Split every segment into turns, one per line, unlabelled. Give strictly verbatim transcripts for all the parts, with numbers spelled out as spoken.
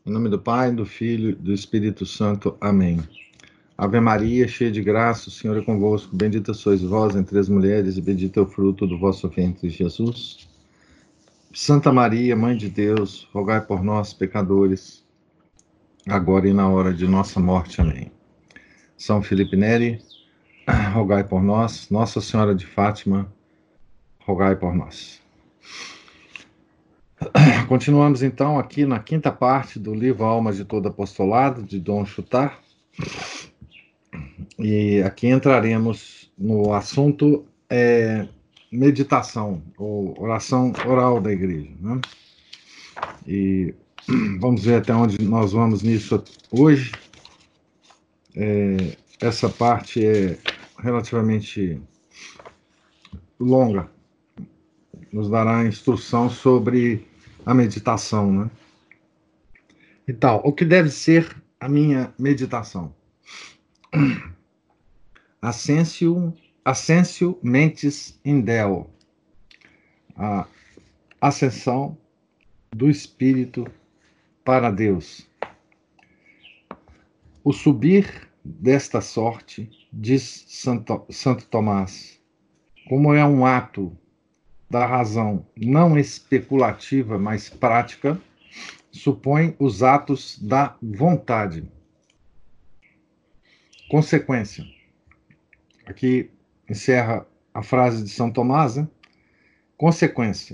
Em nome do Pai, do Filho e do Espírito Santo. Amém. Ave Maria, cheia de graça, o Senhor é convosco. Bendita sois vós entre as mulheres e bendito é o fruto do vosso ventre, Jesus. Santa Maria, Mãe de Deus, rogai por nós, pecadores, agora e na hora de nossa morte. Amém. São Felipe Neri, rogai por nós. Nossa Senhora de Fátima, rogai por nós. Continuamos então aqui na quinta parte do livro Almas de Todo Apostolado, de Dom Chutar. E aqui entraremos no assunto é, meditação, ou oração oral da igreja, né? E vamos ver até onde nós vamos nisso hoje. É, essa parte é relativamente longa, nos dará instrução sobre a meditação, né? Então, o que deve ser a minha meditação? Ascensio, ascensio mentis in Deo, a ascensão do Espírito para Deus. O subir desta sorte, diz Santo, Santo Tomás, como é um ato da razão não especulativa, mas prática, supõe os atos da vontade. Consequência. Aqui encerra a frase de São Tomás, né? Consequência.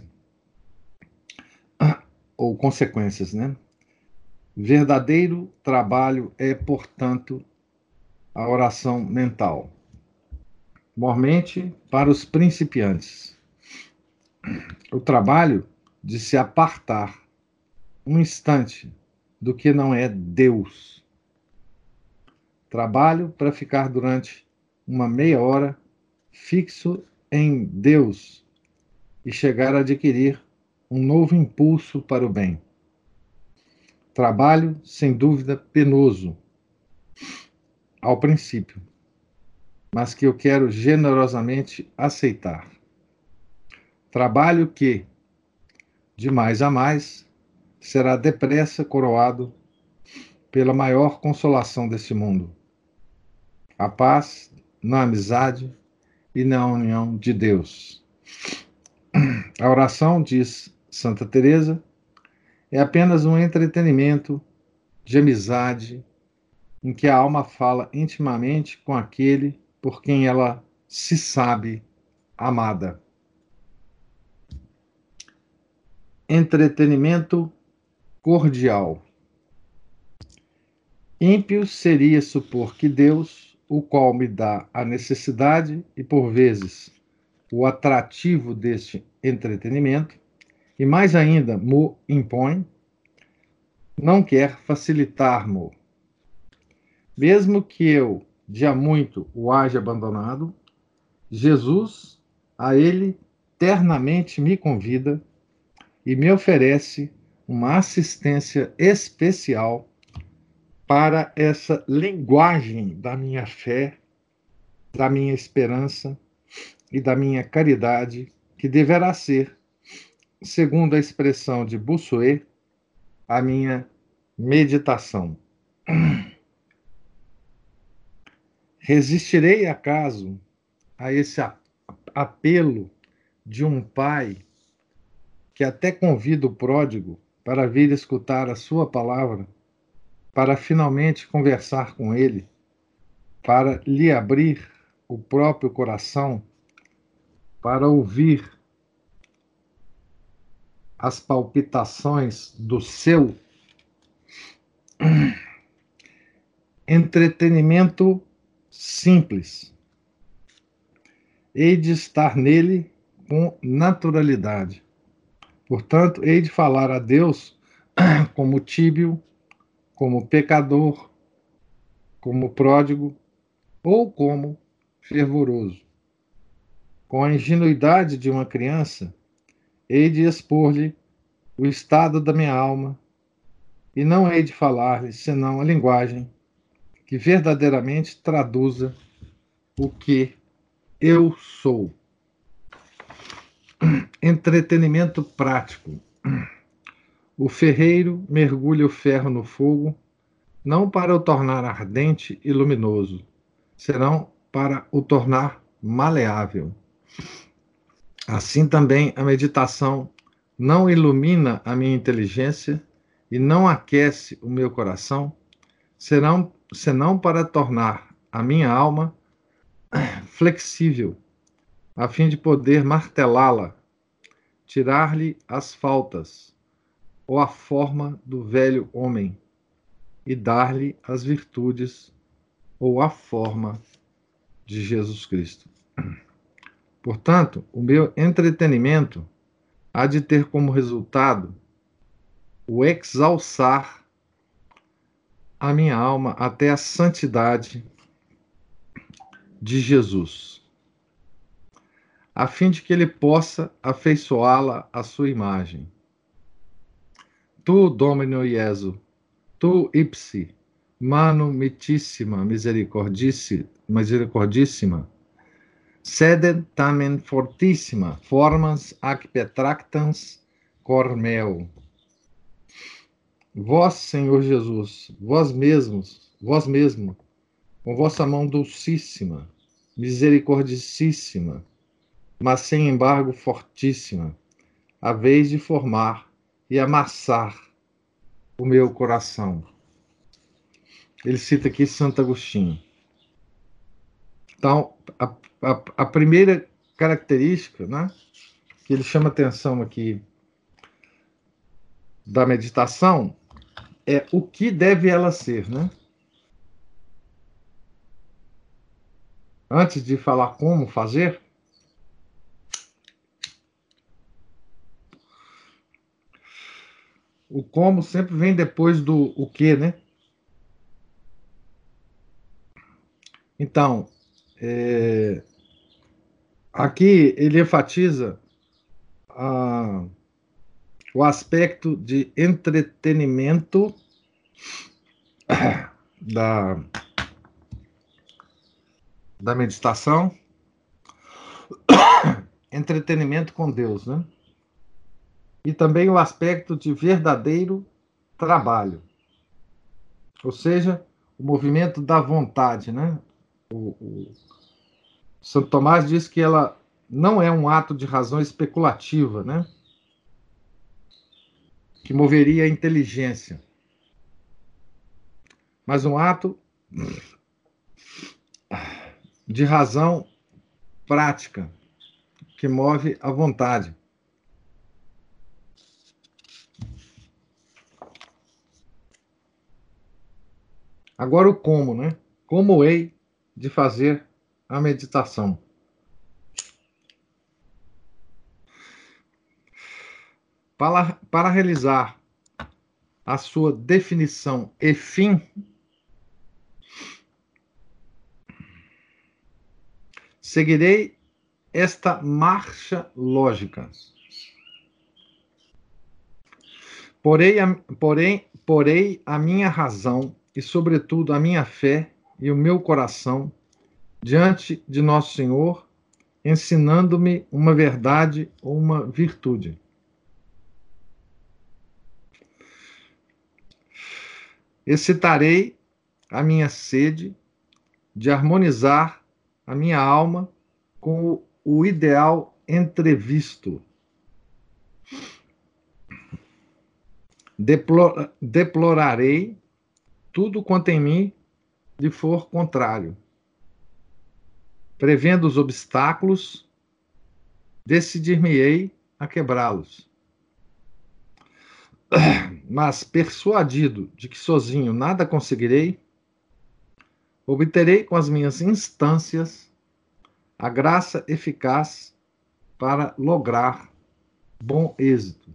Ou consequências, né? Verdadeiro trabalho é, portanto, a oração mental. Mormente para os principiantes. O trabalho de se apartar um instante do que não é Deus. Trabalho para ficar durante uma meia hora fixo em Deus e chegar a adquirir um novo impulso para o bem. Trabalho, sem dúvida, penoso ao princípio, mas que eu quero generosamente aceitar. Trabalho que, de mais a mais, será depressa coroado pela maior consolação desse mundo. A paz na amizade e na união de Deus. A oração, diz Santa Teresa, é apenas um entretenimento de amizade em que a alma fala intimamente com aquele por quem ela se sabe amada. Entretenimento cordial. Ímpio seria supor que Deus, o qual me dá a necessidade e, por vezes, o atrativo deste entretenimento, e mais ainda mo impõe, não quer facilitar-mo. Mesmo que eu, de há muito, o haja abandonado, Jesus, a ele, ternamente me convida e me oferece uma assistência especial para essa linguagem da minha fé, da minha esperança e da minha caridade, que deverá ser, segundo a expressão de Bossuet, a minha meditação. Resistirei, acaso, a esse apelo de um pai que até convida o pródigo para vir escutar a sua palavra, para finalmente conversar com ele, para lhe abrir o próprio coração, para ouvir as palpitações do seu entretenimento simples. Hei de estar nele com naturalidade. Portanto, hei de falar a Deus como tíbio, como pecador, como pródigo ou como fervoroso. Com a ingenuidade de uma criança, hei de expor-lhe o estado da minha alma e não hei de falar-lhe senão a linguagem que verdadeiramente traduza o que eu sou. Entretenimento prático. O ferreiro mergulha o ferro no fogo, não para o tornar ardente e luminoso, senão para o tornar maleável. Assim também a meditação não ilumina a minha inteligência e não aquece o meu coração, senão, senão para tornar a minha alma flexível, a fim de poder martelá-la, tirar-lhe as faltas, ou a forma do velho homem, e dar-lhe as virtudes, ou a forma de Jesus Cristo. Portanto, o meu entretenimento há de ter como resultado o exalçar a minha alma até a santidade de Jesus, a fim de que ele possa afeiçoá-la à sua imagem. Tu, Domino Iesu, tu ipsi, mano mitissima, misericordissima, sede tamen fortissima, formas ac petractans cor meo. Vós, Senhor Jesus, vós mesmos, vós mesmo, com vossa mão dulcíssima, misericordicíssima, mas sem embargo fortíssima, haveis de formar e amassar o meu coração. Ele cita aqui Santo Agostinho. Então, a, a, a primeira característica, né, que ele chama atenção aqui da meditação é o que deve ela ser, né? Antes de falar como fazer, o como sempre vem depois do o que, né? Então, é, aqui ele enfatiza a, o aspecto de entretenimento da, da meditação, entretenimento com Deus, né? E também o aspecto de verdadeiro trabalho, ou seja, o movimento da vontade, né? O, o Santo Tomás diz que ela não é um ato de razão especulativa, né? Que moveria a inteligência, mas um ato de razão prática, que move a vontade. Agora o como, né? Como hei de fazer a meditação? Para, para realizar a sua definição e fim, seguirei esta marcha lógica. Porém a, porém, porei a minha razão e, sobretudo, a minha fé e o meu coração diante de Nosso Senhor, ensinando-me uma verdade ou uma virtude. Excitarei a minha sede de harmonizar a minha alma com o, o ideal entrevisto. Deplor, deplorarei tudo quanto em mim lhe for contrário. Prevendo os obstáculos, decidir-me-ei a quebrá-los. Mas, persuadido de que sozinho nada conseguirei, obterei com as minhas instâncias a graça eficaz para lograr bom êxito.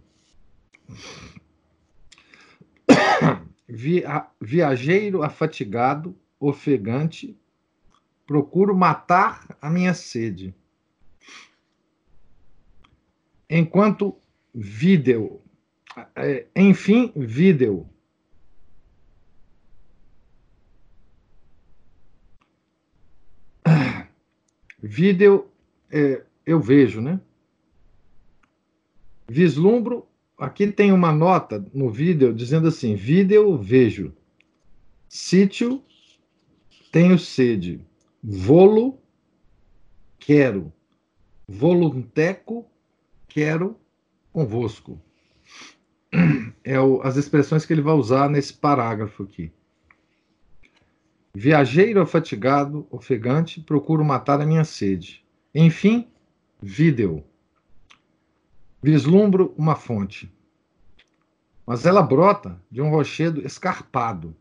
Via, viajeiro afatigado, ofegante, procuro matar a minha sede. Enquanto vídeo, é, enfim, vídeo. Vídeo, é, eu vejo, né? Vislumbro aqui tem uma nota no vídeo dizendo assim: vídeo vejo, sítio tenho sede, volo quero, volunteco quero convosco. É o, as expressões que ele vai usar nesse parágrafo aqui. Viajeiro afatigado, ofegante, procuro matar a minha sede. Enfim, vídeo. Vislumbro uma fonte. Mas ela brota de um rochedo escarpado.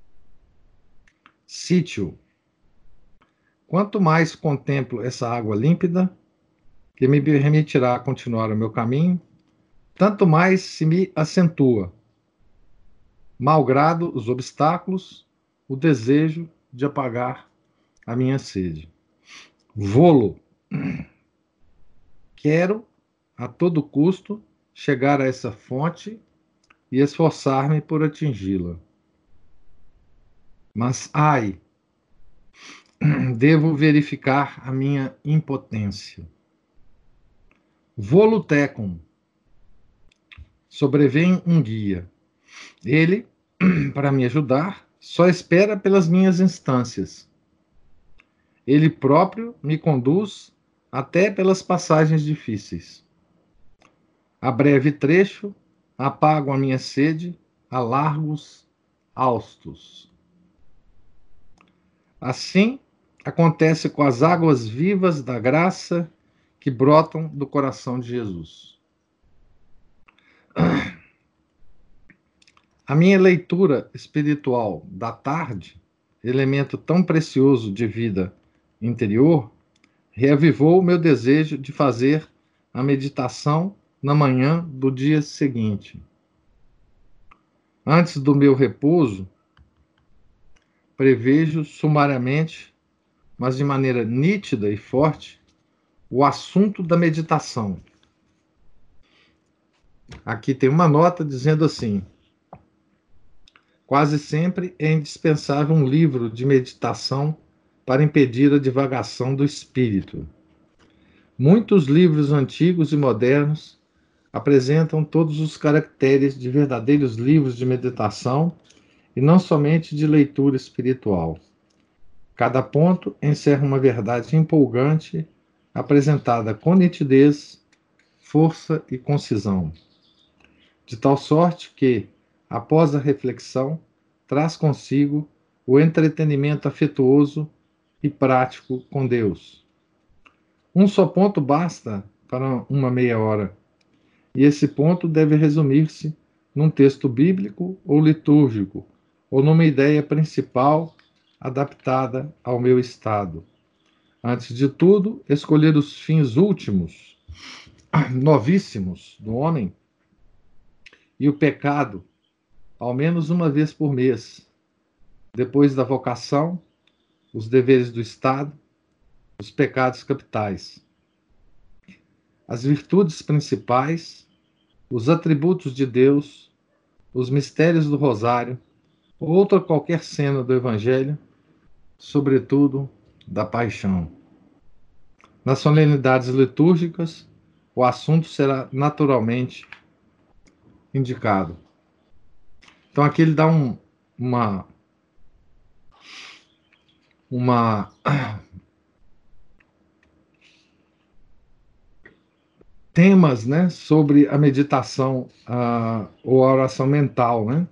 Sítio. Quanto mais contemplo essa água límpida, que me permitirá continuar o meu caminho, tanto mais se me acentua, malgrado os obstáculos, o desejo de apagar a minha sede. Vou-lo. Quero, a todo custo, chegar a essa fonte e esforçar-me por atingi-la. Mas, ai, devo verificar a minha impotência. Volo tecum. Sobrevém um guia. Ele, para me ajudar, só espera pelas minhas instâncias. Ele próprio me conduz até pelas passagens difíceis. A breve trecho, apago a minha sede a largos haustos. Assim, acontece com as águas vivas da graça que brotam do coração de Jesus. A minha leitura espiritual da tarde, elemento tão precioso de vida interior, reavivou o meu desejo de fazer a meditação na manhã do dia seguinte. Antes do meu repouso, prevejo sumariamente, mas de maneira nítida e forte, o assunto da meditação. Aqui tem uma nota dizendo assim: quase sempre é indispensável um livro de meditação para impedir a divagação do espírito. Muitos livros antigos e modernos apresentam todos os caracteres de verdadeiros livros de meditação e não somente de leitura espiritual. Cada ponto encerra uma verdade empolgante, apresentada com nitidez, força e concisão, de tal sorte que, após a reflexão, traz consigo o entretenimento afetuoso e prático com Deus. Um só ponto basta para uma meia hora, e esse ponto deve resumir-se num texto bíblico ou litúrgico, ou numa ideia principal adaptada ao meu estado. Antes de tudo, escolher os fins últimos, novíssimos do homem, e o pecado, ao menos uma vez por mês. Depois da vocação, os deveres do Estado, os pecados capitais. As virtudes principais, os atributos de Deus, os mistérios do Rosário, ou outra qualquer cena do Evangelho, sobretudo da paixão. Nas solenidades litúrgicas, o assunto será naturalmente indicado. Então aqui ele dá um, uma uma temas, né, sobre a meditação uh, ou a oração mental, né?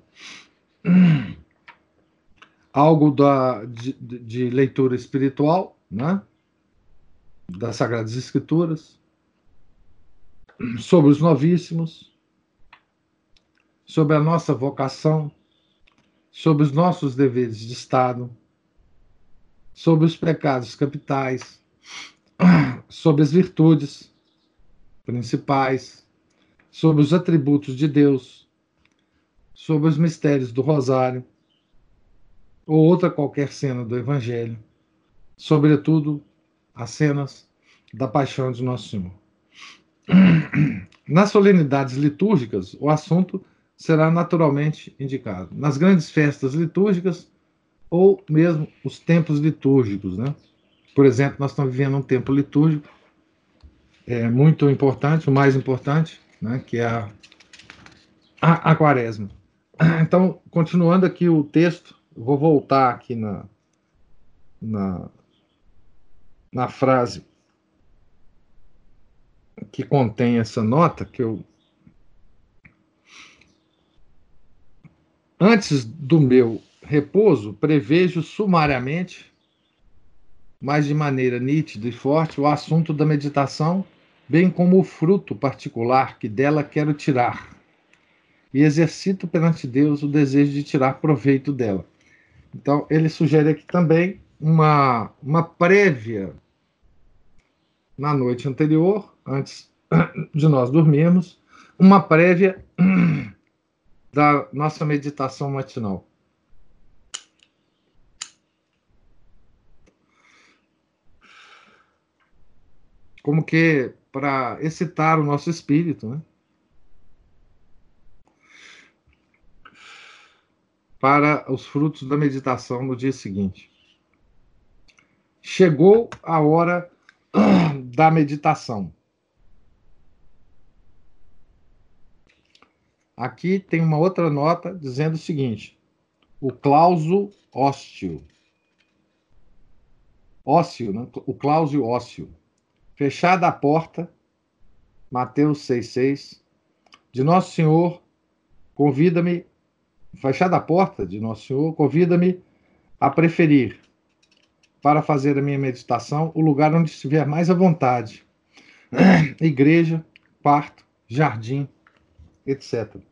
Algo da, de, de leitura espiritual, né? Das Sagradas Escrituras, sobre os novíssimos, sobre a nossa vocação, sobre os nossos deveres de Estado, sobre os pecados capitais, sobre as virtudes principais, sobre os atributos de Deus, sobre os mistérios do Rosário, ou outra qualquer cena do Evangelho, sobretudo as cenas da paixão de Nosso Senhor. Nas solenidades litúrgicas, o assunto será naturalmente indicado. Nas grandes festas litúrgicas, ou mesmo os tempos litúrgicos, né? Por exemplo, nós estamos vivendo um tempo litúrgico é muito importante, o mais importante, né? Que é a, a, a quaresma. Então, continuando aqui o texto, eu vou voltar aqui na, na, na frase que contém essa nota, que eu... Antes do meu repouso, prevejo sumariamente, mas de maneira nítida e forte, o assunto da meditação, bem como o fruto particular que dela quero tirar. E exercito perante Deus o desejo de tirar proveito dela. Então, ele sugere aqui também uma, uma prévia na noite anterior, antes de nós dormirmos, uma prévia da nossa meditação matinal. Como que para excitar o nosso espírito, né? Para os frutos da meditação no dia seguinte. Chegou a hora da meditação. Aqui tem uma outra nota dizendo o seguinte: o clauso ósseo. Ósseo, né? O clauso ósseo. Fechada a porta, Mateus seis, seis, de Nosso Senhor, convida-me, fechada a porta de Nosso Senhor, convida-me a preferir, para fazer a minha meditação, o lugar onde estiver mais à vontade. Igreja, quarto, jardim, etcétera.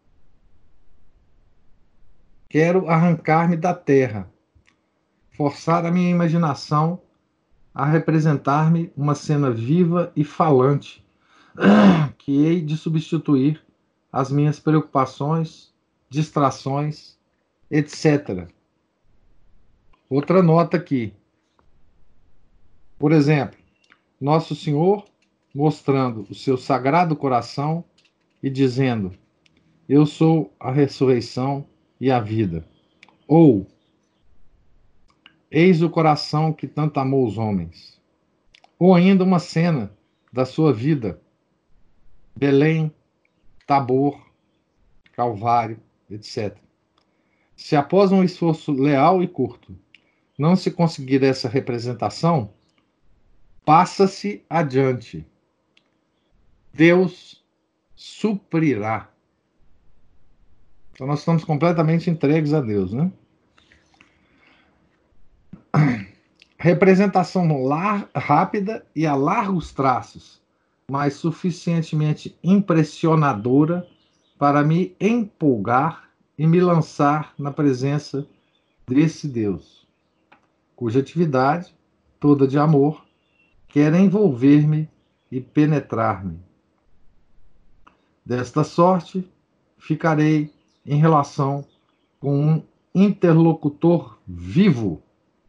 Quero arrancar-me da terra, forçar a minha imaginação a representar-me uma cena viva e falante, que hei de substituir as minhas preocupações, distrações, etcétera. Outra nota aqui. Por exemplo, Nosso Senhor mostrando o seu sagrado coração e dizendo: eu sou a ressurreição e a vida. Ou, eis o coração que tanto amou os homens. Ou ainda uma cena da sua vida: Belém, Tabor, Calvário, etcétera. Se após um esforço leal e curto não se conseguir essa representação, passa-se adiante. Deus suprirá. Então nós estamos completamente entregues a Deus, né? Representação lar, rápida e a largos traços, mas suficientemente impressionadora para me empolgar e me lançar na presença desse Deus, cuja atividade, toda de amor, quer envolver-me e penetrar-me. Desta sorte, ficarei em relação com um interlocutor vivo,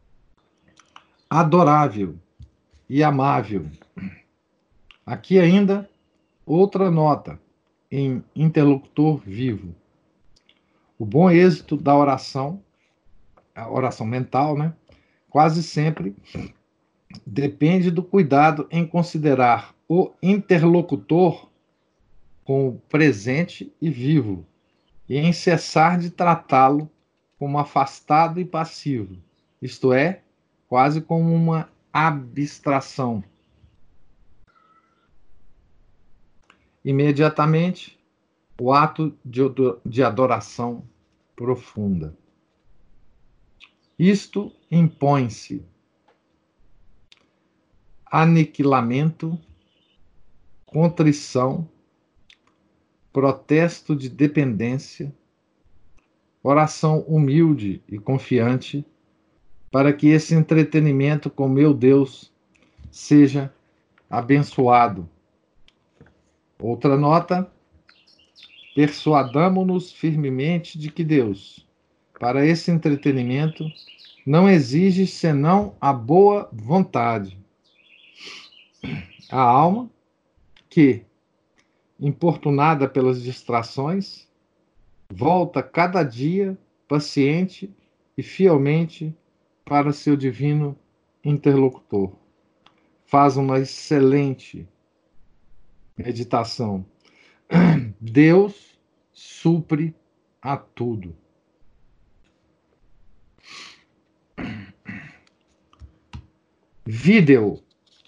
adorável e amável. Aqui ainda outra nota em interlocutor vivo. O bom êxito da oração, a oração mental, né, quase sempre depende do cuidado em considerar o interlocutor como presente e vivo, e em cessar de tratá-lo como afastado e passivo, isto é, quase como uma abstração. Imediatamente, o ato de adoração profunda. Isto impõe-se aniquilamento, contrição, protesto de dependência, oração humilde e confiante, para que esse entretenimento com meu Deus seja abençoado. Outra nota: persuadamo-nos firmemente de que Deus, para esse entretenimento, não exige senão a boa vontade. A alma, que, importunada pelas distrações, volta cada dia paciente e fielmente para seu divino interlocutor. Faz uma excelente meditação. Deus supre a tudo. Vídeo.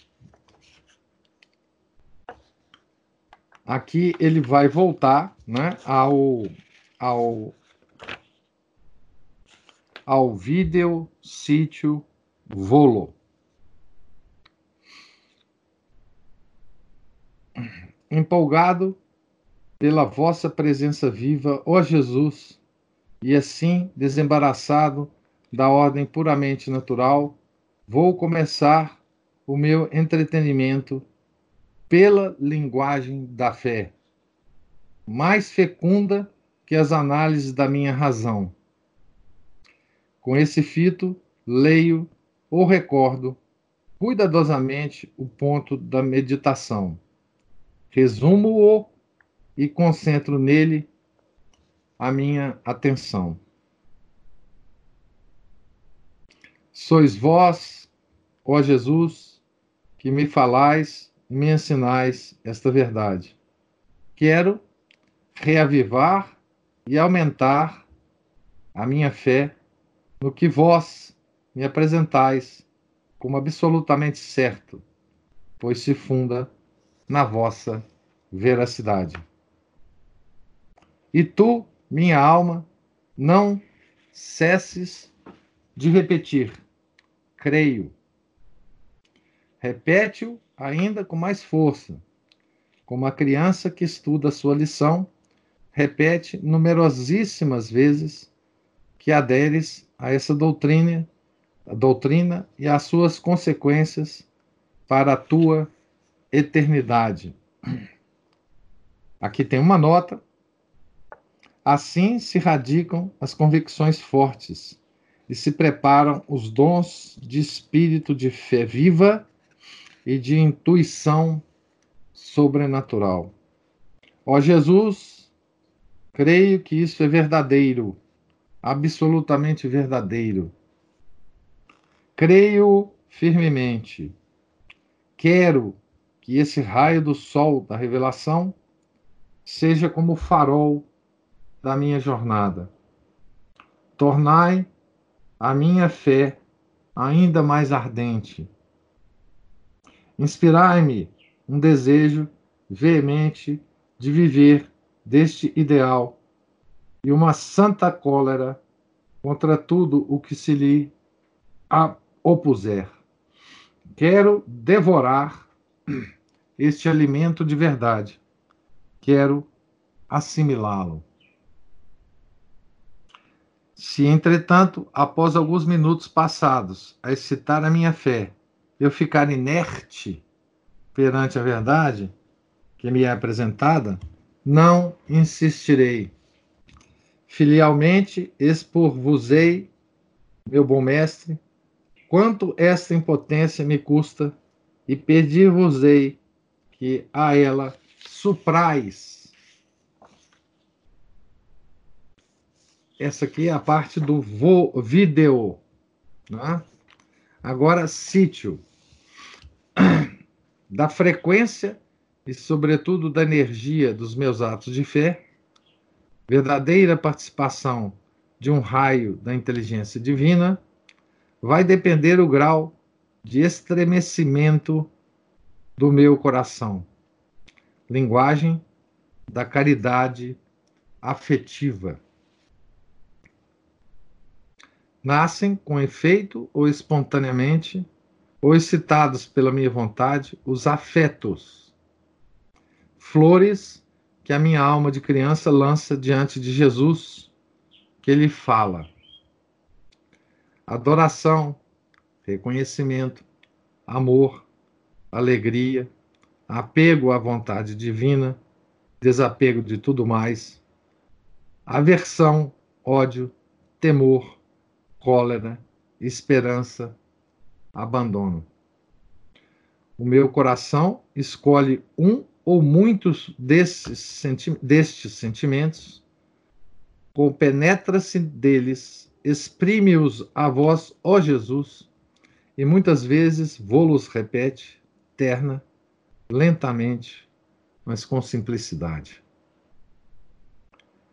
Aqui ele vai voltar, né, ao, ao, ao vídeo sítio Volo. Empolgado pela vossa presença viva, ó Jesus, e assim desembaraçado da ordem puramente natural, vou começar o meu entretenimento pela linguagem da fé, mais fecunda que as análises da minha razão. Com esse fito, leio ou recordo cuidadosamente o ponto da meditação. Resumo-o e concentro nele a minha atenção. Sois vós, ó Jesus, que me falais e me ensinais esta verdade. Quero reavivar e aumentar a minha fé no que vós me apresentais como absolutamente certo, pois se funda na vossa veracidade. E tu, minha alma, não cesses de repetir: creio. Repete-o ainda com mais força, como a criança que estuda a sua lição, repete numerosíssimas vezes que aderes a essa doutrina, a doutrina e as suas consequências para a tua eternidade. Aqui tem uma nota. Assim se radicam as convicções fortes e se preparam os dons de espírito de fé viva e de intuição sobrenatural. Ó Jesus, creio que isso é verdadeiro, absolutamente verdadeiro. Creio firmemente. Quero que esse raio do sol da revelação seja como o farol da minha jornada. Tornai a minha fé ainda mais ardente. Inspirai-me um desejo veemente de viver deste ideal e uma santa cólera contra tudo o que se lhe opuser. Quero devorar este alimento de verdade. Quero assimilá-lo. Se, entretanto, após alguns minutos passados a excitar a minha fé, eu ficar inerte perante a verdade que me é apresentada, não insistirei. Filialmente expor-vos-ei, meu bom mestre, quanto esta impotência me custa, e pedir-vos-ei que a ela suprais. Essa aqui é a parte do vo, vídeo. Né? Agora, sítio. Da frequência e, sobretudo, da energia dos meus atos de fé, verdadeira participação de um raio da inteligência divina, vai depender o grau de estremecimento do meu coração. Linguagem da caridade afetiva. Nascem com efeito ou espontaneamente, ou excitados pela minha vontade, os afetos. Flores que a minha alma de criança lança diante de Jesus, que ele fala. Adoração, reconhecimento, amor, alegria, apego à vontade divina, desapego de tudo mais, aversão, ódio, temor, cólera, esperança, abandono. O meu coração escolhe um ou muitos desses, senti destes sentimentos, compenetra-se deles, exprime-os a vós, ó Jesus, e muitas vezes vô-los repete, terna, lentamente, mas com simplicidade.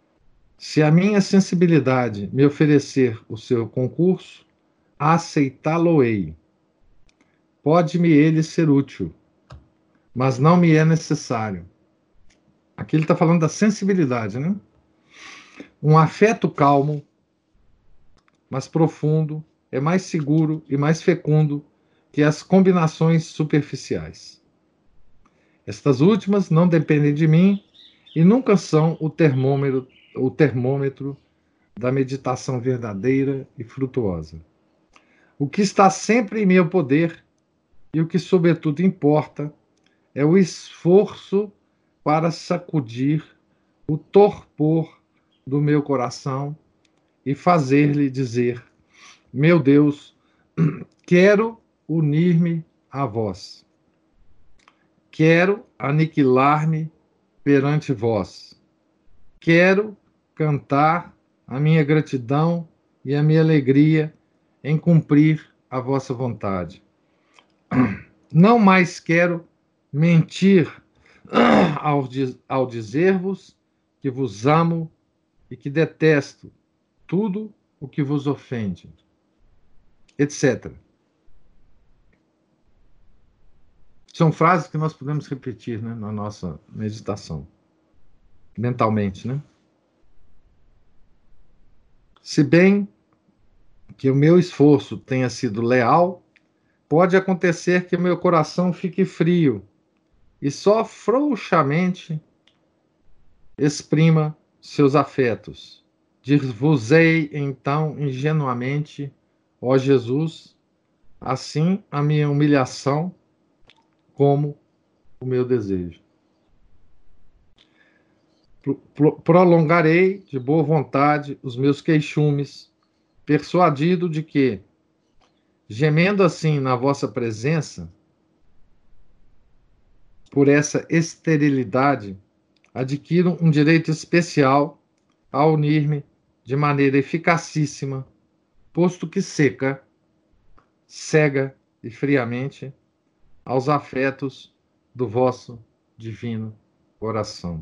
Se a minha sensibilidade me oferecer o seu concurso, aceitá-lo-ei. Pode-me ele ser útil, mas não me é necessário. Aqui ele está falando da sensibilidade, né? Um afeto calmo, mas profundo, é mais seguro e mais fecundo que as combinações superficiais. Estas últimas não dependem de mim e nunca são o termômetro, o termômetro da meditação verdadeira e frutuosa. O que está sempre em meu poder e o que, sobretudo, importa é o esforço para sacudir o torpor do meu coração e fazer-lhe dizer: meu Deus, quero unir-me a vós. Quero aniquilar-me perante vós. Quero cantar a minha gratidão e a minha alegria em cumprir a vossa vontade. Não mais quero mentir ao, ao dizer-vos que vos amo e que detesto tudo o que vos ofende, etcétera. São frases que nós podemos repetir, né, na nossa meditação, mentalmente, né? Se bem que o meu esforço tenha sido leal, pode acontecer que meu coração fique frio e só frouxamente exprima seus afetos. Dir-vos-ei então ingenuamente, ó Jesus, assim a minha humilhação como o meu desejo. Prolongarei de boa vontade os meus queixumes, persuadido de que, gemendo assim na vossa presença, por essa esterilidade, adquiro um direito especial a unir-me de maneira eficacíssima, posto que seca, cega e friamente, aos afetos do vosso divino coração.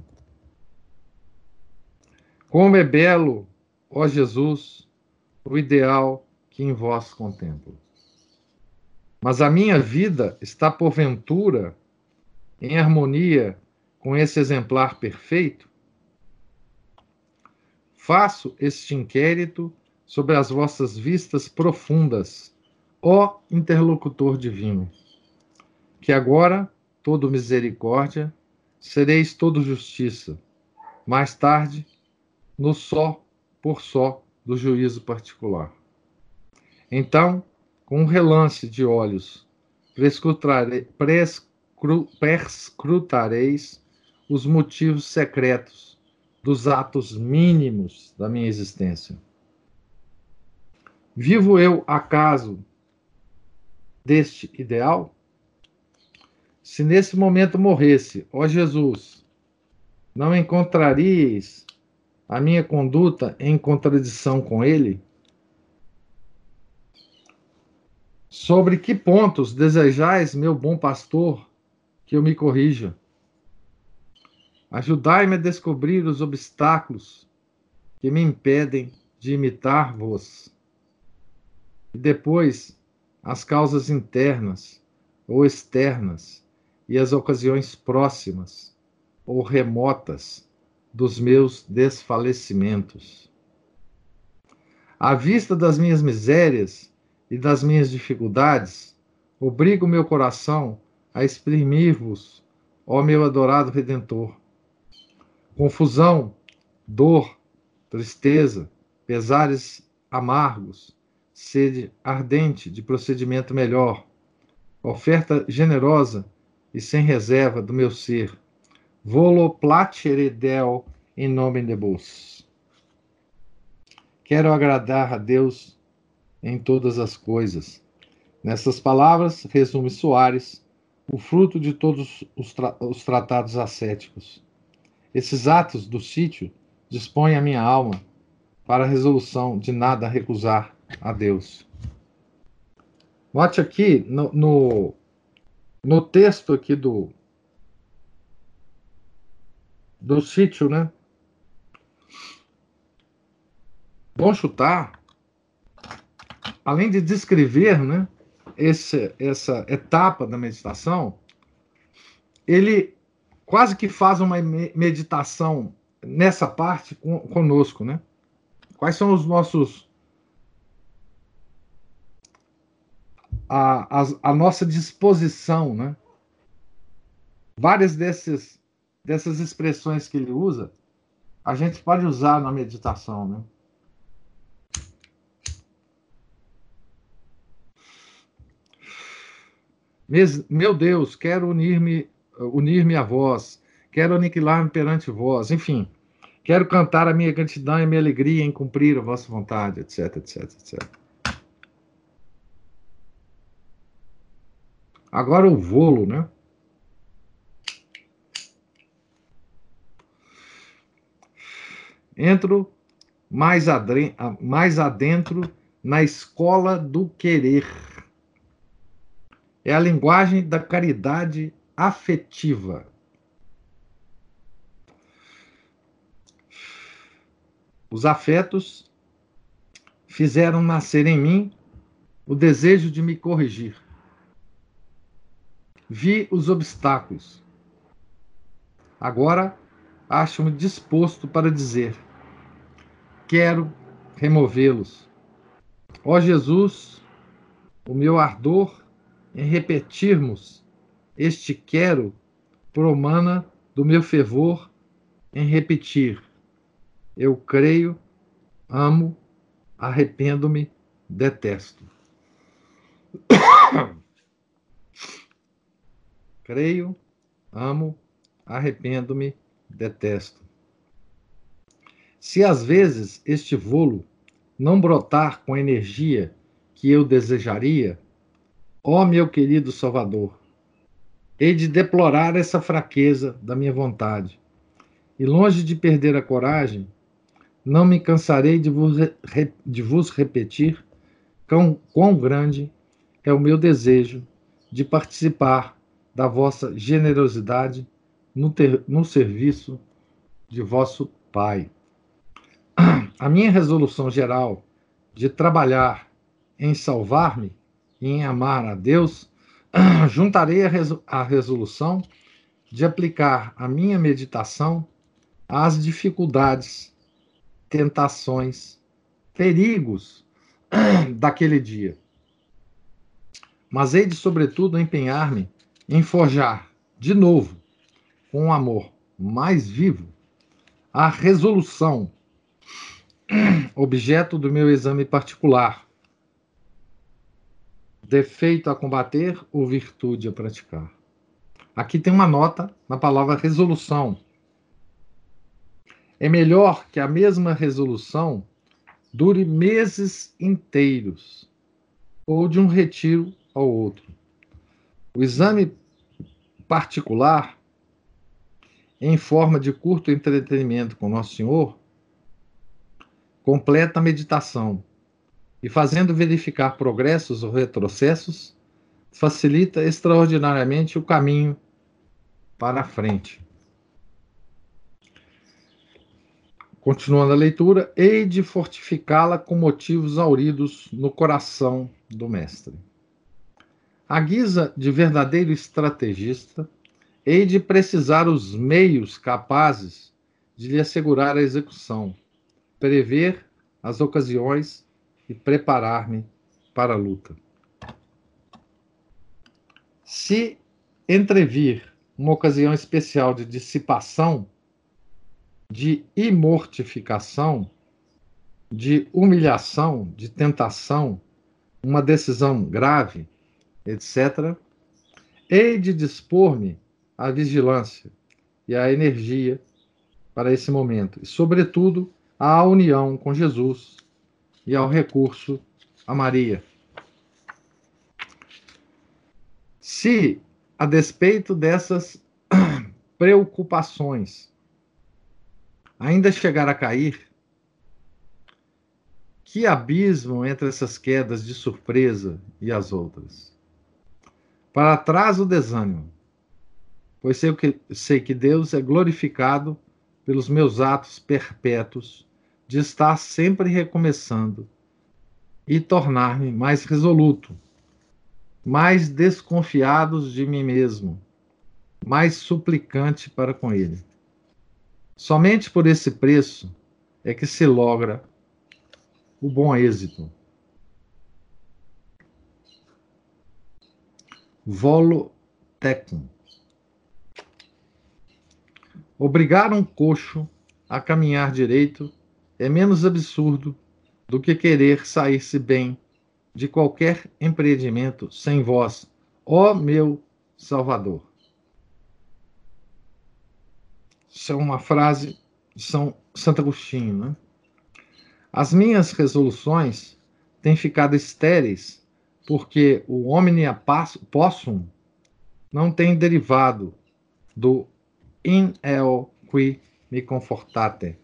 Como é belo, ó Jesus, o ideal que em vós contemplo. Mas a minha vida está, porventura, em harmonia com esse exemplar perfeito? Faço este inquérito sobre as vossas vistas profundas, ó interlocutor divino, que agora, todo misericórdia, sereis todo justiça, mais tarde, no só por só do juízo particular. Então, com um relance de olhos, perscrutareis os motivos secretos dos atos mínimos da minha existência. Vivo eu, acaso, deste ideal? Se nesse momento morresse, ó Jesus, não encontraríeis a minha conduta em contradição com ele? Sobre que pontos desejais, meu bom pastor, que eu me corrija? Ajudai-me a descobrir os obstáculos que me impedem de imitar-vos. E depois, as causas internas ou externas e as ocasiões próximas ou remotas dos meus desfalecimentos. À vista das minhas misérias e das minhas dificuldades, obrigo meu coração a exprimir-vos, ó meu adorado Redentor. Confusão, dor, tristeza, pesares amargos, sede ardente de procedimento melhor, oferta generosa e sem reserva do meu ser. Volo placere Deo in nomine Deus. Quero agradar a Deus em todas as coisas. Nessas palavras, resume Soares, o fruto de todos os, tra os tratados ascéticos. Esses atos do sítio dispõem a minha alma para a resolução de nada recusar a Deus. Note aqui, no, no, no texto aqui do, do sítio, né? Bom Chutar, além de descrever, né, esse, essa etapa da meditação, ele quase que faz uma meditação nessa parte conosco, né? Quais são os nossos a, a, a nossa disposição, né? Várias desses, dessas expressões que ele usa, a gente pode usar na meditação, né? Meu Deus, quero unir-me unir-me a vós, quero aniquilar-me perante vós, enfim, quero cantar a minha gratidão e a minha alegria em cumprir a vossa vontade, etc, etc, etcétera. Agora o volo, né? Entro mais, adre... mais adentro na escola do querer. É a linguagem da caridade afetiva. Os afetos fizeram nascer em mim o desejo de me corrigir. Vi os obstáculos. Agora acho-me disposto para dizer: quero removê-los. Ó Jesus, o meu ardor em repetirmos este quero promana do meu fervor em repetir: eu creio, amo, arrependo-me, detesto. Creio, amo, arrependo-me, detesto. Se às vezes este volo não brotar com a energia que eu desejaria, ó meu querido Salvador, hei de deplorar essa fraqueza da minha vontade, e longe de perder a coragem, não me cansarei de vos, de vos repetir quão, quão grande é o meu desejo de participar da vossa generosidade no, ter, no serviço de vosso Pai. A minha resolução geral de trabalhar em salvar-me e em amar a Deus, juntarei a, resol a resolução de aplicar a minha meditação às dificuldades, tentações, perigos daquele dia. Mas hei de, sobretudo, empenhar-me em forjar, de novo, com um amor mais vivo, a resolução, objeto do meu exame particular, defeito a combater ou virtude a praticar. Aqui tem uma nota na palavra resolução. É melhor que a mesma resolução dure meses inteiros, ou de um retiro ao outro. O exame particular, em forma de curto entretenimento com Nosso Senhor, completa a meditação e, fazendo verificar progressos ou retrocessos, facilita extraordinariamente o caminho para a frente. Continuando a leitura, hei de fortificá-la com motivos auridos no coração do mestre. À guisa de verdadeiro estrategista, hei de precisar os meios capazes de lhe assegurar a execução, prever as ocasiões e preparar-me para a luta. Se entrevir uma ocasião especial de dissipação, de imortificação, de humilhação, de tentação, uma decisão grave, etcétera, hei de dispor-me à vigilância e à energia para esse momento, e, sobretudo, à união com Jesus e ao recurso a Maria. Se, a despeito dessas preocupações, ainda chegar a cair, que abismo entre essas quedas de surpresa e as outras. Para trás o desânimo, pois sei que, sei que Deus é glorificado pelos meus atos perpétuos de estar sempre recomeçando e tornar-me mais resoluto, mais desconfiado de mim mesmo, mais suplicante para com ele. Somente por esse preço é que se logra o bom êxito. Volo tecum. Obrigar um coxo a caminhar direito é menos absurdo do que querer sair-se bem de qualquer empreendimento sem vós, ó meu Salvador. Isso é uma frase de São Santo Agostinho, né? As minhas resoluções têm ficado estéreis porque o omnia possum não tem derivado do in eo qui me confortate.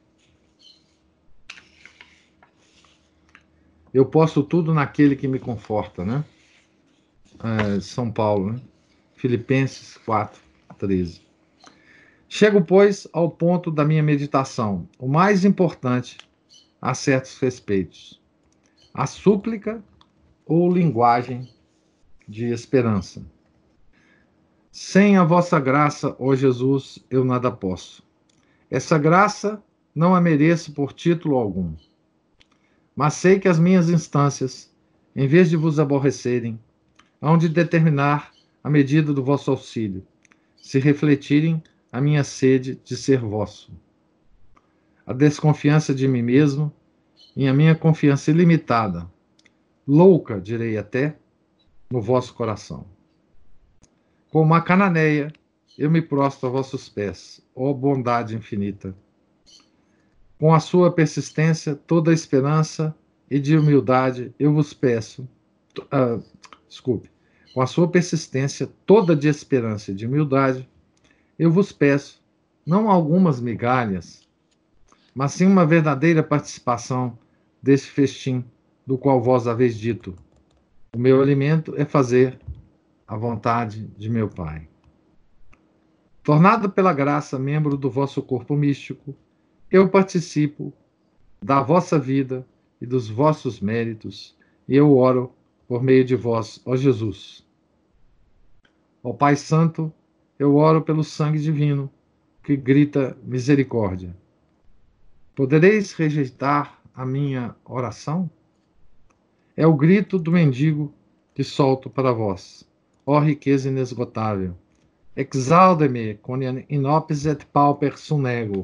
Eu posso tudo naquele que me conforta, né? É, São Paulo, né? Filipenses quatro, treze. Chego, pois, ao ponto da minha meditação, o mais importante a certos respeitos: a súplica ou linguagem de esperança. Sem a vossa graça, ó Jesus, eu nada posso. Essa graça não a mereço por título algum. Mas sei que as minhas instâncias, em vez de vos aborrecerem, hão de determinar a medida do vosso auxílio, se refletirem a minha sede de ser vosso. A desconfiança de mim mesmo e a minha confiança ilimitada, louca, direi até, no vosso coração. Como uma cananeia, eu me prostro a vossos pés, ó bondade infinita. Com a sua persistência, toda a esperança e de humildade, eu vos peço, uh, desculpe, com a sua persistência, toda de esperança e de humildade, eu vos peço, não algumas migalhas, mas sim uma verdadeira participação desse festim do qual vós haveis dito: o meu alimento é fazer a vontade de meu Pai. Tornado pela graça membro do vosso corpo místico, eu participo da vossa vida e dos vossos méritos, e eu oro por meio de vós, ó Jesus. Ó Pai Santo, eu oro pelo sangue divino que grita misericórdia. Podereis rejeitar a minha oração? É o grito do mendigo que solto para vós, ó riqueza inesgotável. Exalde-me con inopes et pauper sunego.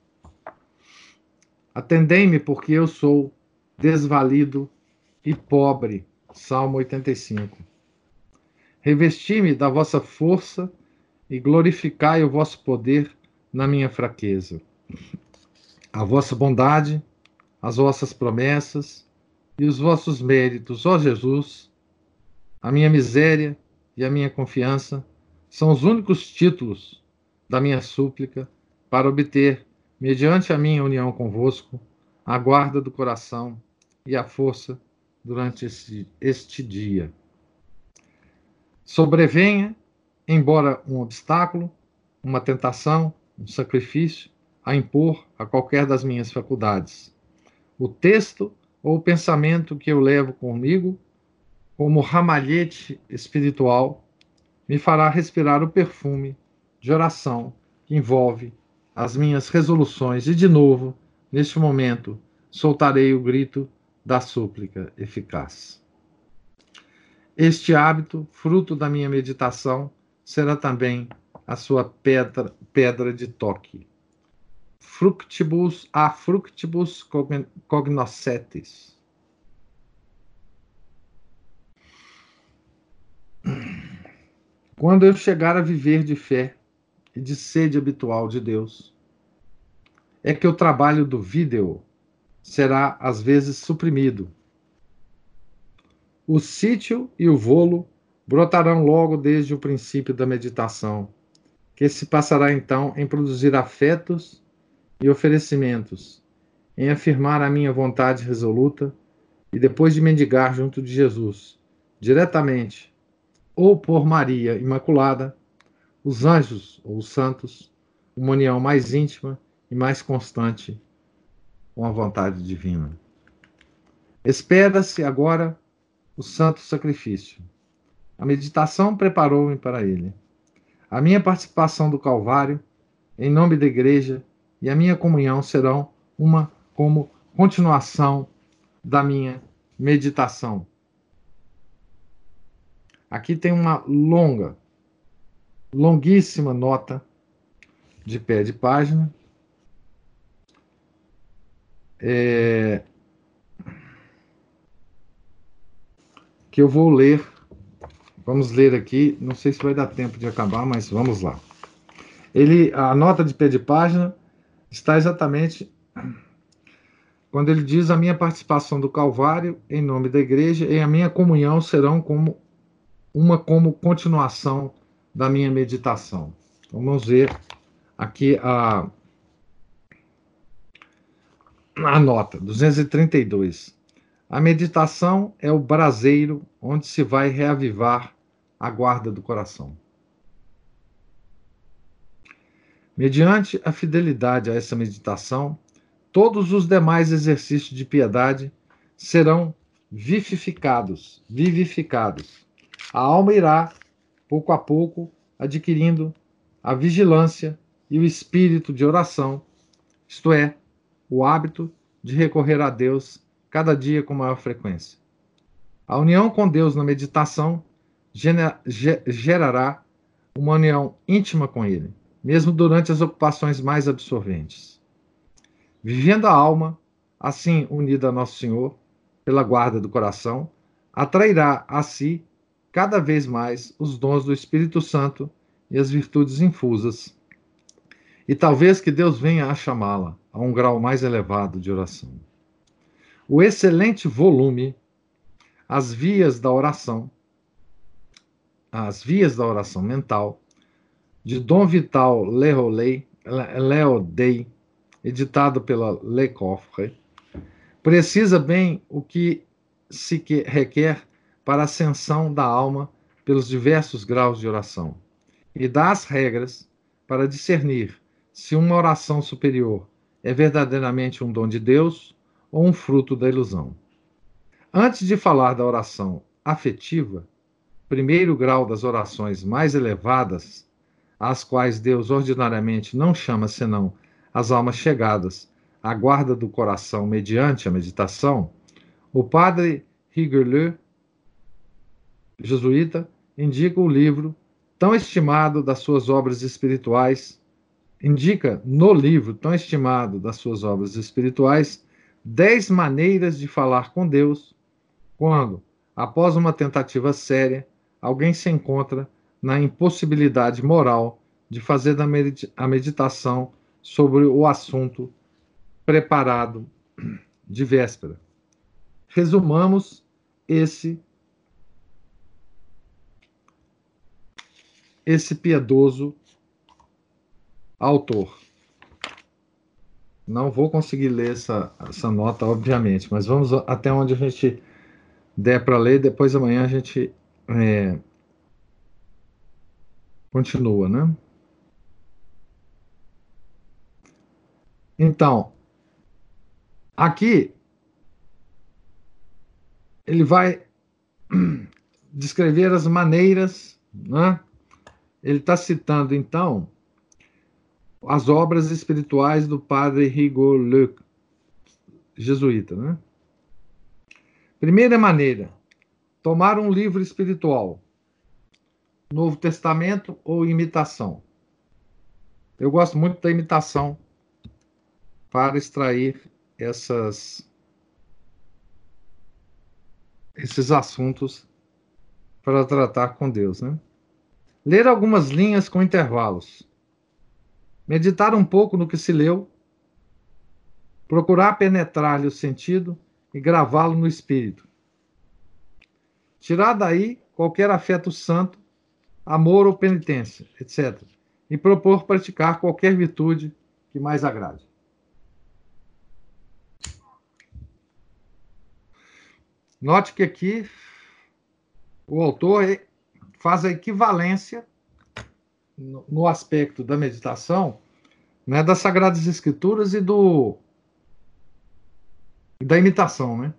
Atendei-me porque eu sou desvalido e pobre. Salmo oitenta e cinco. Revesti-me da vossa força e glorificai o vosso poder na minha fraqueza. A vossa bondade, as vossas promessas e os vossos méritos, ó Jesus, a minha miséria e a minha confiança são os únicos títulos da minha súplica para obter, mediante a minha união convosco, a guarda do coração e a força durante este, este dia. Sobrevenha, embora um obstáculo, uma tentação, um sacrifício, a impor a qualquer das minhas faculdades. O texto ou o pensamento que eu levo comigo, como ramalhete espiritual, me fará respirar o perfume de oração que envolve as minhas resoluções e, de novo, neste momento, soltarei o grito da súplica eficaz. Este hábito, fruto da minha meditação, será também a sua pedra, pedra de toque. Fructibus a fructibus cognoscetis. Quando eu chegar a viver de fé e de sede habitual de Deus, é que o trabalho do vídeo será às vezes suprimido. O sítio e o volo brotarão logo desde o princípio da meditação, que se passará então em produzir afetos e oferecimentos, em afirmar a minha vontade resoluta e depois de mendigar junto de Jesus, diretamente, ou por Maria Imaculada, os anjos ou os santos, uma união mais íntima e mais constante com a vontade divina. Espera-se agora o santo sacrifício. A meditação preparou-me para ele. A minha participação do Calvário, em nome da Igreja, e a minha comunhão serão uma como continuação da minha meditação. Aqui tem uma longa, longuíssima nota de pé de página. É, que eu vou ler. Vamos ler aqui. Não sei se vai dar tempo de acabar, mas vamos lá. Ele, a nota de pé de página está exatamente quando ele diz: a minha participação do Calvário em nome da Igreja e a minha comunhão serão como uma como continuação da minha meditação. Então, vamos ver aqui a, a nota, duzentos e trinta e dois. A meditação é o braseiro onde se vai reavivar a guarda do coração. Mediante a fidelidade a essa meditação, todos os demais exercícios de piedade serão vivificados, vivificados. A alma irá, pouco a pouco, adquirindo a vigilância e o espírito de oração, isto é, o hábito de recorrer a Deus cada dia com maior frequência. A união com Deus na meditação gerará uma união íntima com Ele, mesmo durante as ocupações mais absorventes. Vivendo a alma, assim unida a Nosso Senhor, pela guarda do coração, atrairá a si cada vez mais os dons do Espírito Santo e as virtudes infusas. E talvez que Deus venha a chamá-la a um grau mais elevado de oração. O excelente volume, As Vias da Oração, As Vias da Oração Mental, de Dom Vital Leodey, editado pela Le Coffre, precisa bem o que se requer para a ascensão da alma pelos diversos graus de oração, e dá as regras para discernir se uma oração superior é verdadeiramente um dom de Deus ou um fruto da ilusão. Antes de falar da oração afetiva, primeiro grau das orações mais elevadas, às quais Deus ordinariamente não chama senão as almas chegadas à guarda do coração mediante a meditação, o padre Rigoleux, jesuíta, indica o livro tão estimado das suas obras espirituais, indica no livro tão estimado das suas obras espirituais, dez maneiras de falar com Deus quando, após uma tentativa séria, alguém se encontra na impossibilidade moral de fazer a meditação sobre o assunto preparado de véspera. Resumamos esse esse piedoso autor. Não vou conseguir ler essa, essa nota, obviamente, mas vamos até onde a gente der para ler, depois amanhã a gente é, continua, né? Então, aqui ele vai descrever as maneiras, né? Ele está citando, então, as obras espirituais do padre Rigoleux, jesuíta, né? Primeira maneira, tomar um livro espiritual, Novo Testamento ou imitação. Eu gosto muito da imitação para extrair essas, esses assuntos para tratar com Deus, né? Ler algumas linhas com intervalos. Meditar um pouco no que se leu. Procurar penetrar-lhe o sentido e gravá-lo no espírito. Tirar daí qualquer afeto santo, amor ou penitência, etcétera. E propor praticar qualquer virtude que mais agrade. Note que aqui o autor faz a equivalência no aspecto da meditação, né, das Sagradas Escrituras e do e da imitação, né?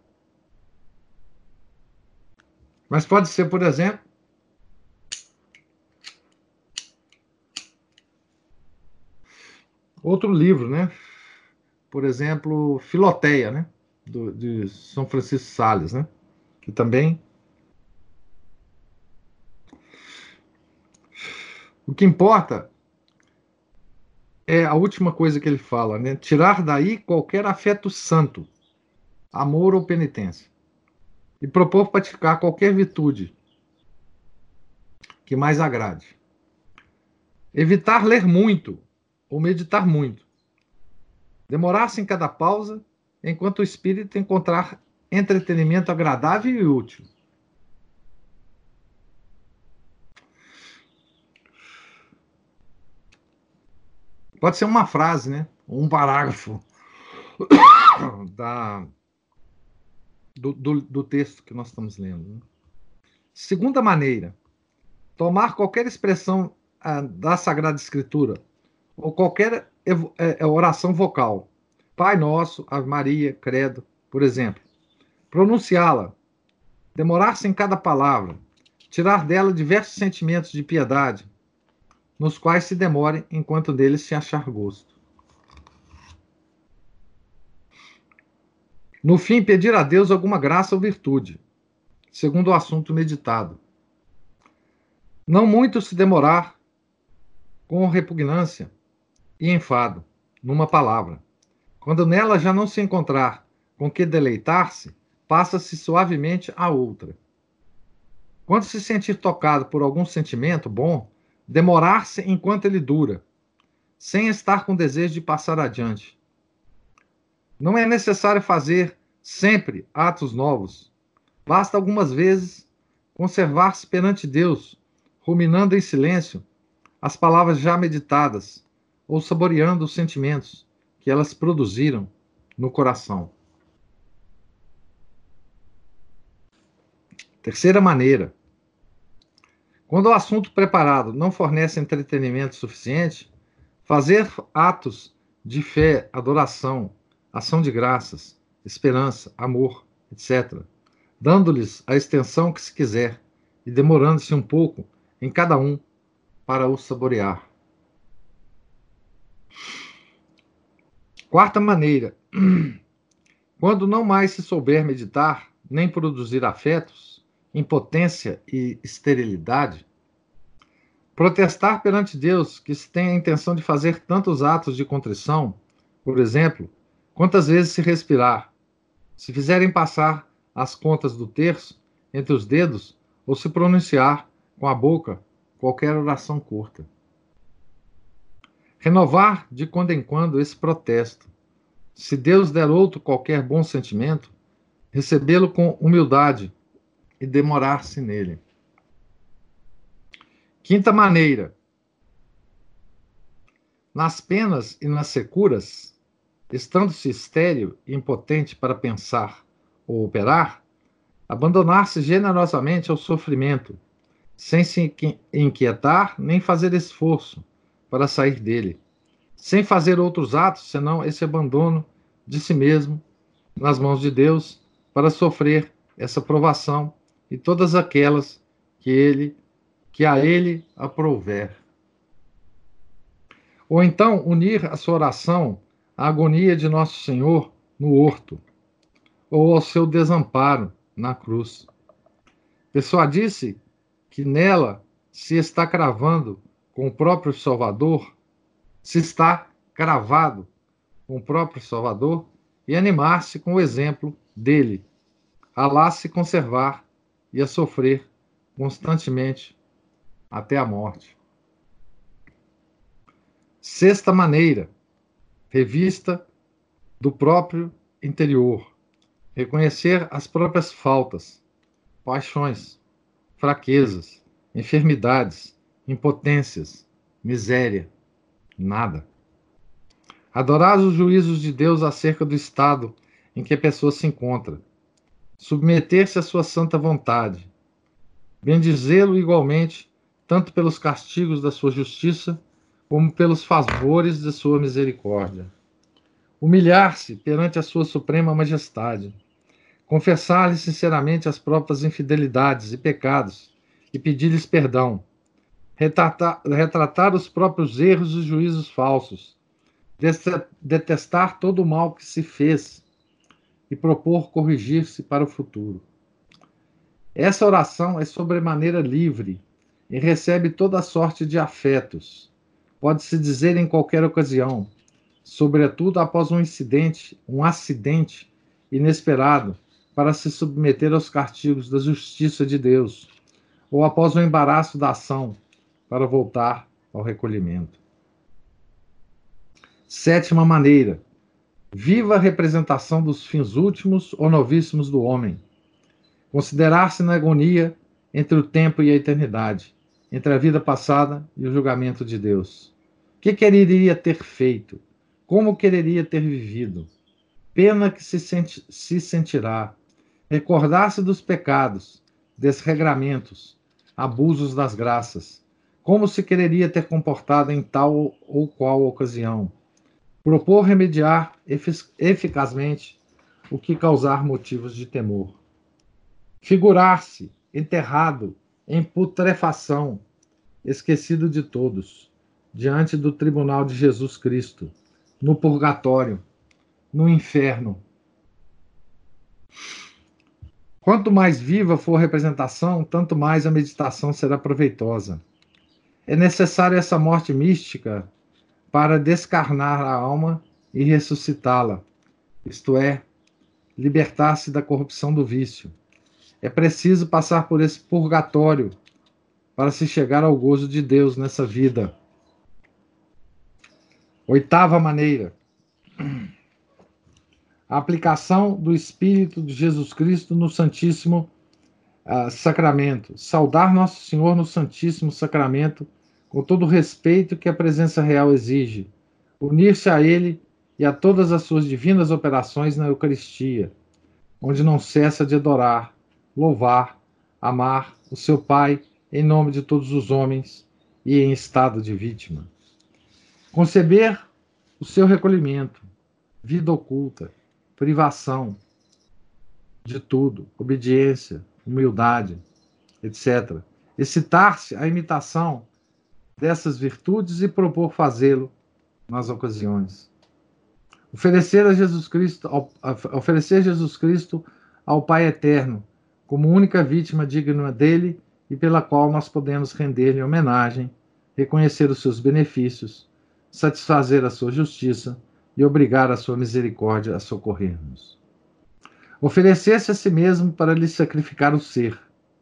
Mas pode ser, por exemplo, outro livro, né? Por exemplo, Filoteia, né? Do, de São Francisco de Sales, né? Que também. O que importa é a última coisa que ele fala, né? Tirar daí qualquer afeto santo, amor ou penitência, e propor praticar qualquer virtude que mais agrade. Evitar ler muito ou meditar muito. Demorar-se em cada pausa, enquanto o espírito encontrar entretenimento agradável e útil. Pode ser uma frase, né? Um parágrafo da, do, do, do texto que nós estamos lendo. Né? Segunda maneira, tomar qualquer expressão ah, da Sagrada Escritura ou qualquer é, oração vocal. Pai Nosso, Ave Maria, Credo, por exemplo. Pronunciá-la, demorar-se em cada palavra, tirar dela diversos sentimentos de piedade, nos quais se demore enquanto deles se achar gosto. No fim, pedir a Deus alguma graça ou virtude, segundo o assunto meditado. Não muito se demorar com repugnância e enfado, numa palavra. Quando nela já não se encontrar com que deleitar-se, passa-se suavemente a outra. Quando se sentir tocado por algum sentimento bom, demorar-se enquanto ele dura, sem estar com desejo de passar adiante. Não é necessário fazer sempre atos novos. Basta algumas vezes conservar-se perante Deus, ruminando em silêncio as palavras já meditadas, ou saboreando os sentimentos que elas produziram no coração. Terceira maneira. Quando o assunto preparado não fornece entretenimento suficiente, fazer atos de fé, adoração, ação de graças, esperança, amor, etcétera, dando-lhes a extensão que se quiser e demorando-se um pouco em cada um para o saborear. Quarta maneira. Quando não mais se souber meditar, nem produzir afetos, impotência e esterilidade, protestar perante Deus que se tem a intenção de fazer tantos atos de contrição, por exemplo, quantas vezes se respirar, se fizerem passar as contas do terço entre os dedos ou se pronunciar com a boca qualquer oração curta. Renovar de quando em quando esse protesto. Se Deus der outro qualquer bom sentimento, recebê-lo com humildade e demorar-se nele. Quinta maneira. Nas penas e nas securas, estando-se estéril e impotente para pensar ou operar, abandonar-se generosamente ao sofrimento, sem se inquietar nem fazer esforço para sair dele, sem fazer outros atos senão esse abandono de si mesmo nas mãos de Deus para sofrer essa provação e todas aquelas que ele que a ele aprouver. Ou então unir a sua oração à agonia de Nosso Senhor no horto, ou ao seu desamparo na cruz. Persuadir-se que nela se está cravando com o próprio Salvador, se está cravado com o próprio Salvador, e animar-se com o exemplo dele, a lá se conservar e a sofrer constantemente até a morte. Sexta maneira, revista do próprio interior, reconhecer as próprias faltas, paixões, fraquezas, enfermidades, impotências, miséria, nada. Adorar os juízos de Deus acerca do estado em que a pessoa se encontra, submeter-se à sua santa vontade, bendizê-lo igualmente, tanto pelos castigos da sua justiça, como pelos favores de sua misericórdia. humilhar-se perante a sua suprema majestade, confessar-lhe sinceramente as próprias infidelidades e pecados e pedir-lhes perdão, retratar, retratar os próprios erros e juízos falsos, detestar todo o mal que se fez e propor corrigir-se para o futuro. Essa oração é sobremaneira livre e recebe toda sorte de afetos. Pode-se dizer em qualquer ocasião, sobretudo após um incidente, um acidente inesperado, para se submeter aos castigos da justiça de Deus, ou após o embaraço da ação, para voltar ao recolhimento. Sétima maneira, viva a representação dos fins últimos ou novíssimos do homem. Considerar-se na agonia entre o tempo e a eternidade, entre a vida passada e o julgamento de Deus. O que quereria ter feito? Como quereria ter vivido? Pena que se, senti se sentirá. Recordar-se dos pecados, desregramentos, abusos das graças. Como se quereria ter comportado em tal ou qual ocasião? Propor remediar efic eficazmente o que causar motivos de temor. Figurar-se enterrado em putrefação, esquecido de todos, diante do tribunal de Jesus Cristo, no purgatório, no inferno. Quanto mais viva for a representação, tanto mais a meditação será proveitosa. É necessária essa morte mística para descarnar a alma e ressuscitá-la, isto é, libertar-se da corrupção do vício. É preciso passar por esse purgatório para se chegar ao gozo de Deus nessa vida. Oitava maneira. A aplicação do Espírito de Jesus Cristo no Santíssimo uh, Sacramento. Saudar Nosso Senhor no Santíssimo Sacramento com todo o respeito que a presença real exige. Unir-se a Ele e a todas as suas divinas operações na Eucaristia, onde não cessa de adorar, louvar, amar o seu Pai em nome de todos os homens e em estado de vítima. Conceber o seu recolhimento, vida oculta, privação de tudo, obediência, humildade, etcétera. Excitar-se à imitação dessas virtudes e propor fazê-lo nas ocasiões. Oferecer a Jesus Cristo, ao, a, oferecer Jesus Cristo ao Pai Eterno, como única vítima digna dele e pela qual nós podemos render-lhe homenagem, reconhecer os seus benefícios, satisfazer a sua justiça e obrigar a sua misericórdia a socorrer-nos. Oferecer-se a si mesmo para lhe sacrificar o ser.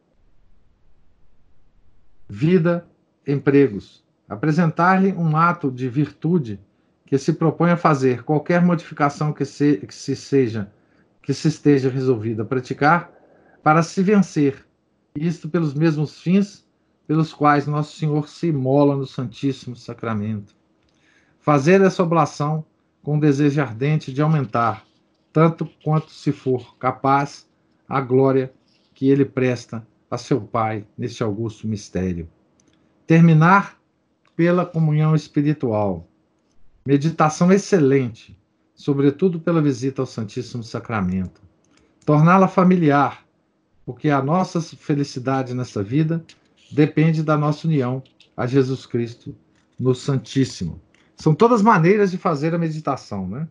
Vida, empregos. Apresentar-lhe um ato de virtude que se propõe a fazer qualquer modificação que se, que se seja, que se esteja resolvido a praticar, para se vencer, isto pelos mesmos fins pelos quais Nosso Senhor se imola no Santíssimo Sacramento. Fazer essa oblação com o desejo ardente de aumentar, tanto quanto se for capaz, a glória que ele presta a seu Pai neste augusto mistério. Terminar pela comunhão espiritual. Meditação excelente, sobretudo pela visita ao Santíssimo Sacramento. Torná-la familiar, porque a nossa felicidade nessa vida depende da nossa união a Jesus Cristo no Santíssimo. São todas maneiras de fazer a meditação, né?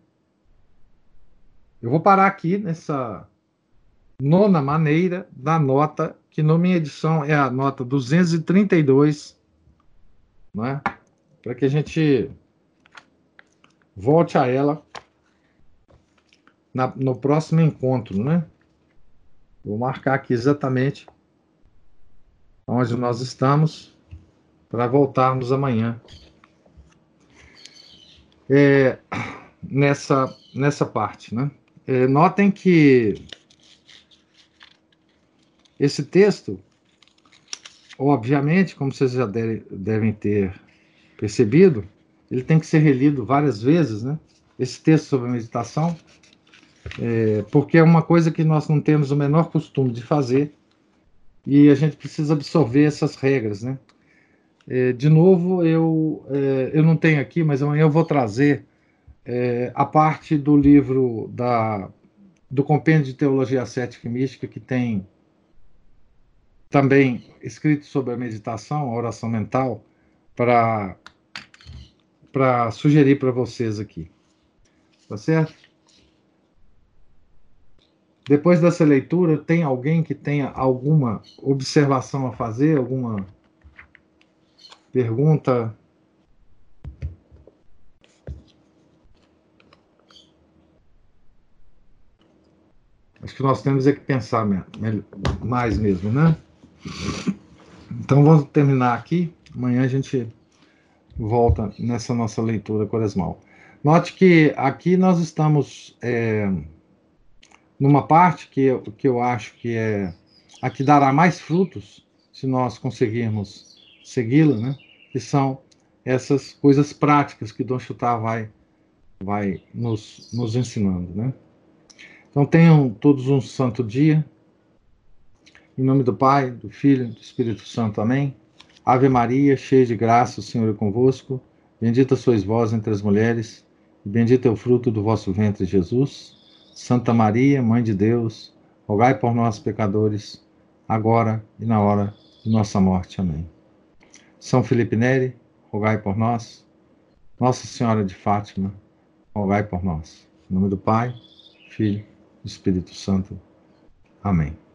Eu vou parar aqui nessa nona maneira da nota, que na minha edição é a nota duzentos e trinta e dois, né? Para que a gente volte a ela na, no próximo encontro, né? Vou marcar aqui exatamente onde nós estamos para voltarmos amanhã é, nessa, nessa parte, né? É, notem que esse texto, obviamente, como vocês já deve, devem ter percebido, ele tem que ser relido várias vezes, né? Esse texto sobre a meditação, é, porque é uma coisa que nós não temos o menor costume de fazer e a gente precisa absorver essas regras, né? É, de novo, eu, é, eu não tenho aqui, mas amanhã eu vou trazer é, a parte do livro da, do Compêndio de Teologia Ascética e Mística, que tem também escrito sobre a meditação, a oração mental, para para sugerir para vocês aqui. Tá certo? Depois dessa leitura, tem alguém que tenha alguma observação a fazer, alguma pergunta? Acho que nós temos é que pensar mais mesmo, né? Então vamos terminar aqui. Amanhã a gente volta nessa nossa leitura quaresmal. Note que aqui nós estamos é, numa parte que eu, que eu acho que é a que dará mais frutos se nós conseguirmos segui-la, né? Que são essas coisas práticas que Dom Chutar vai, vai nos, nos ensinando, né? Então tenham todos um santo dia. Em nome do Pai, do Filho e do Espírito Santo. Amém. Ave Maria, cheia de graça, o Senhor é convosco. Bendita sois vós entre as mulheres, e bendito é o fruto do vosso ventre, Jesus. Santa Maria, Mãe de Deus, rogai por nós, pecadores, agora e na hora de nossa morte. Amém. São Felipe Neri, rogai por nós. Nossa Senhora de Fátima, rogai por nós. Em nome do Pai, Filho e Espírito Santo. Amém.